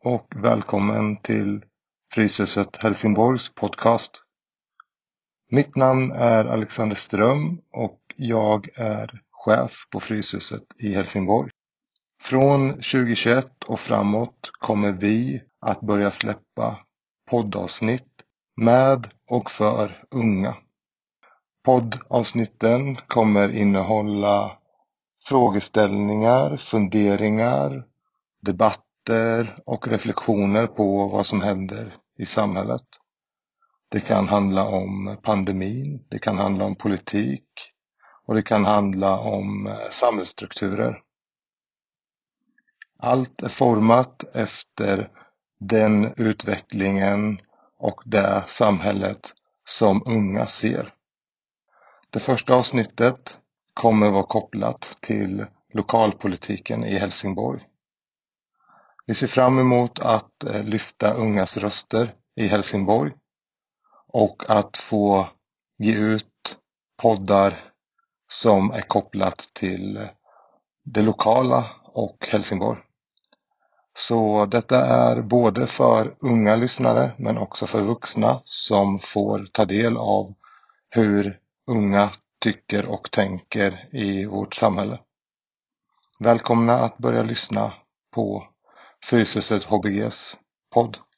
och välkommen till Fryshuset Helsingborgs podcast. Mitt namn är Alexander Ström och jag är chef på Fryshuset i Helsingborg. Från 2021 och framåt kommer vi att börja släppa poddavsnitt med och för unga. Poddavsnitten kommer innehålla frågeställningar, funderingar, debatter och reflektioner på vad som händer i samhället. Det kan handla om pandemin, det kan handla om politik och det kan handla om samhällsstrukturer. Allt är format efter den utvecklingen och det samhället som unga ser. Det första avsnittet kommer vara kopplat till lokalpolitiken i Helsingborg. Vi ser fram emot att lyfta ungas röster i Helsingborg och att få ge ut poddar som är kopplat till det lokala och Helsingborg. Så detta är både för unga lyssnare men också för vuxna som får ta del av hur unga tycker och tänker i vårt samhälle. Välkomna att börja lyssna på Fryshuset HBGs podd.